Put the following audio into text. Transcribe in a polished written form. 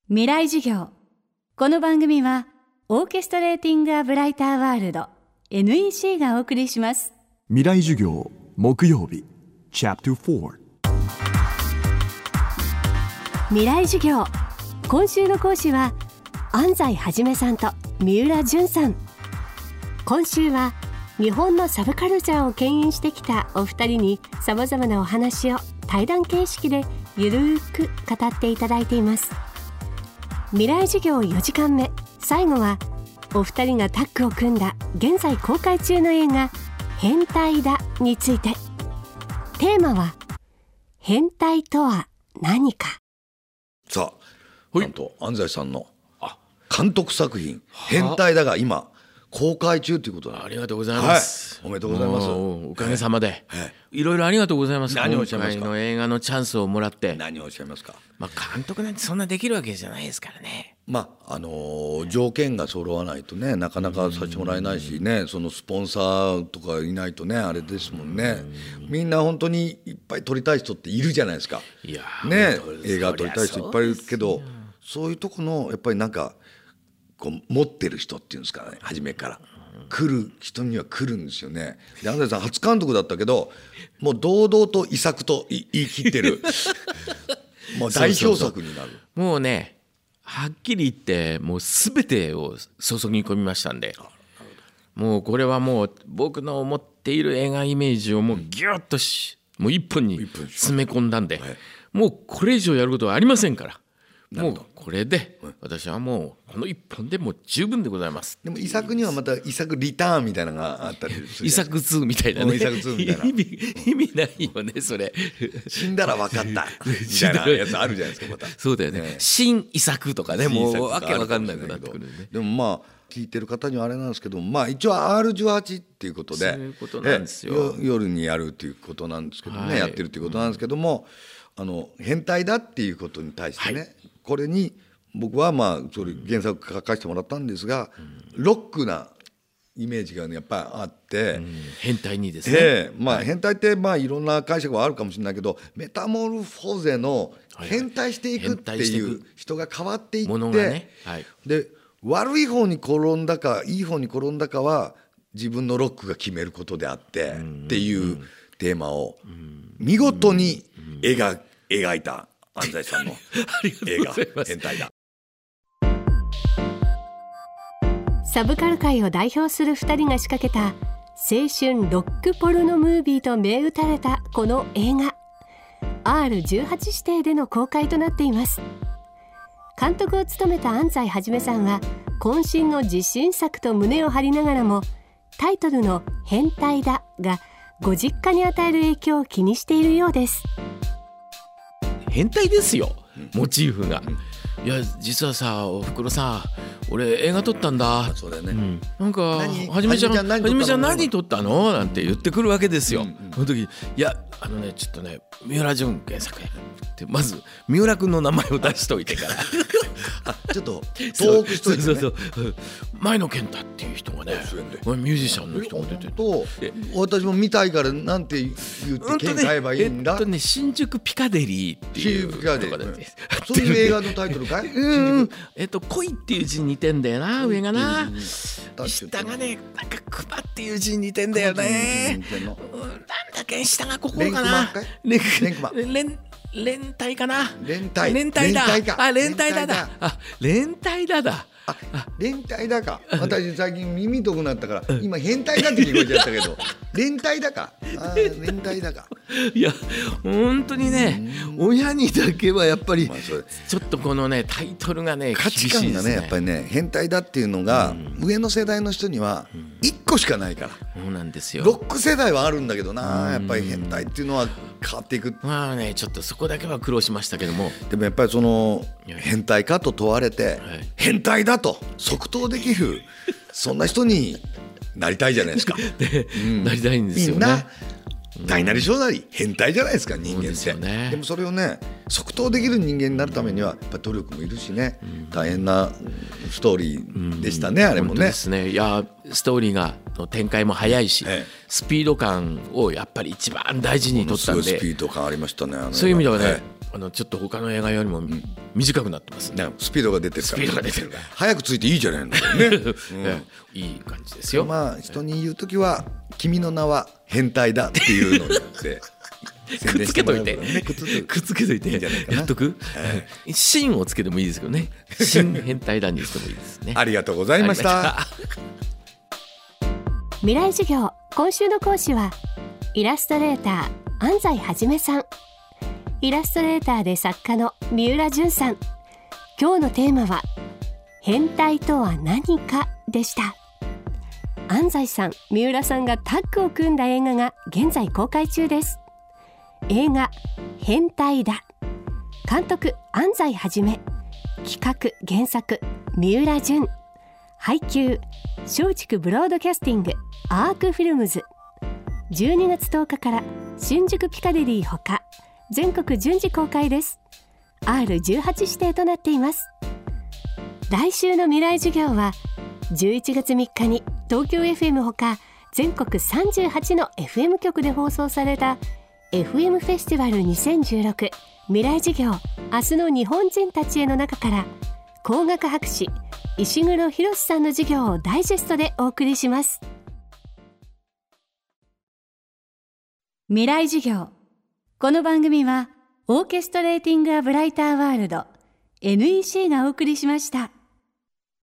未来授業。この番組はオーケストレーティング・ア・ブライター・ワールド NEC がお送りします。 未来授業木曜日チャプター4、 未来授業。今週の講師は安西はじめさんと三浦淳さん。今週は日本のサブカルチャーを牽引してきたお二人にさまざまなお話を対談形式でゆるーく語っていただいています。未来授業4時間目、最後はお二人がタッグを組んだ現在公開中の映画変態だについて。テーマは変態とは何か。 さあ、なんと安西さんの監督作品変態だが今公開中ということありがとうございます、 はい、おめでとうございます。 おかげさまで、いろいろありがとうございます。 何をおっしゃいますか。 今回の映画のチャンスをもらって。 何をおっしゃいますか。 監督なんてそんなできるわけじゃないですからね。 条件が揃わないとねなかなかさせてもらえないしね、そのスポンサーとかいないとねあれですもんね。みんな本当にいっぱい撮りたい人っているじゃないですか。 いやね、映画撮りたい人いっぱいいるけど、そういうとこのやっぱりなんかこう持ってる人っていうんですかね、初めから来る人には来るんですよね。で安西さん初監督だったけどもう堂々と遺作と言い切ってるもう代表作になる。 もうねはっきり言ってもう全てを注ぎ込みましたんで、もうこれはもう僕の思っている映画イメージをもうギュッともう一本に詰め込んだんで、もうこれ以上やることはありませんから、もうこれで私はもうこの一本でもう十分でございます。 でも遺作にはまた遺作リターンみたいなのがあったりする。 遺作2みたいなね。 遺作2みたいな意味ないよねそれ。 死んだら分かったみたいなやつあるじゃないですかまた。 そうだよね。新遺作とかね、もうわけわかんなくなってくるね。 でも聞いてる方にはあれなんですけど、一応 R18 っていうことで、 そういうことなんですよ。 夜にやるっていうことなんですけどね、やってるっていうことなんですけども、変態だっていうことに対してね、これに僕はそれ原作書かせてもらったんですが、ロックなイメージが、やっぱりあって、 変態にですね、 変態っていろんな解釈はあるかもしれないけど、メタモルフォーゼの変態していくっていう人が変わっていって、 ものがね、 で悪い方に転んだかいい方に転んだかは自分のロックが決めることであってっていうテーマを見事に描いた安西さんの映画変態だ。 サブカル界を代表する2人が仕掛けた青春ロックポルノムービーと銘打たれたこの映画 R18 指定での公開となっています。監督を務めた安西はじめさんは渾身の自信作と胸を張りながらも、タイトルの変態だがご実家に与える影響を気にしているようです。 変態ですよ、モチーフが。いや実はさ、おふくろさ、俺映画撮ったんだ。 そうだよね、 なんかはじめちゃん何撮ったのなんて言ってくるわけですよ、その時いやちょっとね三浦淳原作ってまず三浦君の名前を出しといてからちょっとトークしといてね。 そう前野健太っていう人がねミュージシャンの人が出てて、 私も見たいからなんて言って券買えばいいんだ。 新宿ピカデリーっていうところでそういう映画のタイトルかい。 恋っていう字に似てんだよな、上がな。下がねなんかクマっていう字に似てんだよね。なんだっけ下がここかな。連帯かな。連帯だ。連帯だ。 連帯だか。私最近耳遠くなったから今変態だって聞こえちゃったけど連帯だか。連帯だか。 いや本当にね、親にだけはやっぱりちょっとこのねタイトルがね価値観がねやっぱりね変態だっていうのが上の世代の人には1個しかないから。 そうなんですよ。 ロック世代はあるんだけどな、やっぱり変態っていうのは変わっていく。 ちょっとそこだけは苦労しましたけども、 でもやっぱりその変態かと問われて変態だと即答できるそんな人になりたいじゃないですか。 なりたいんですよね。 みんな大なり小なり変態じゃないですか、人間って。でもそれをね即答できる人間になるためにはやっぱ努力もいるしね、大変なストーリーでしたね、あれもね。 本当ですね。いやストーリーがの展開も早いし、スピード感をやっぱり一番大事に取ったんで、 すごいスピード感ありましたね。 そういう意味ではね、ちょっと他の映画よりも短くなってますね。 スピードが出てるから、 スピードが出てるから早くついていいじゃないのね、 いい感じですよ。 まあ人に言うときは君の名は変態だっていうのを言ってくっつけといて、くっつけといてやっとく、芯をつけてもいいですけどね、芯変態だにしてもいいですね。 ありがとうございました。 未来授業、今週の講師はイラストレーター安西はじめさん、イラストレーターで作家の三浦淳さん。今日のテーマは変態とは何かでした。安西さん、三浦さんがタッグを組んだ映画が現在公開中です。映画変態だ、監督安西はじめ、企画原作三浦淳、配給松竹ブロードキャスティングアークフィルムズ。12月10日から新宿ピカデリーほか全国順次公開です。 R18 指定となっています。来週の未来授業は11月3日に東京 FM ほか全国38の FM 局で放送された FM フェスティバル2016未来授業、明日の日本人たちへの中から工学博士石黒博さんの授業をダイジェストでお送りします。未来授業、この番組はオーケストレーティング・ア・ブライター・ワールド NEC がお送りしました。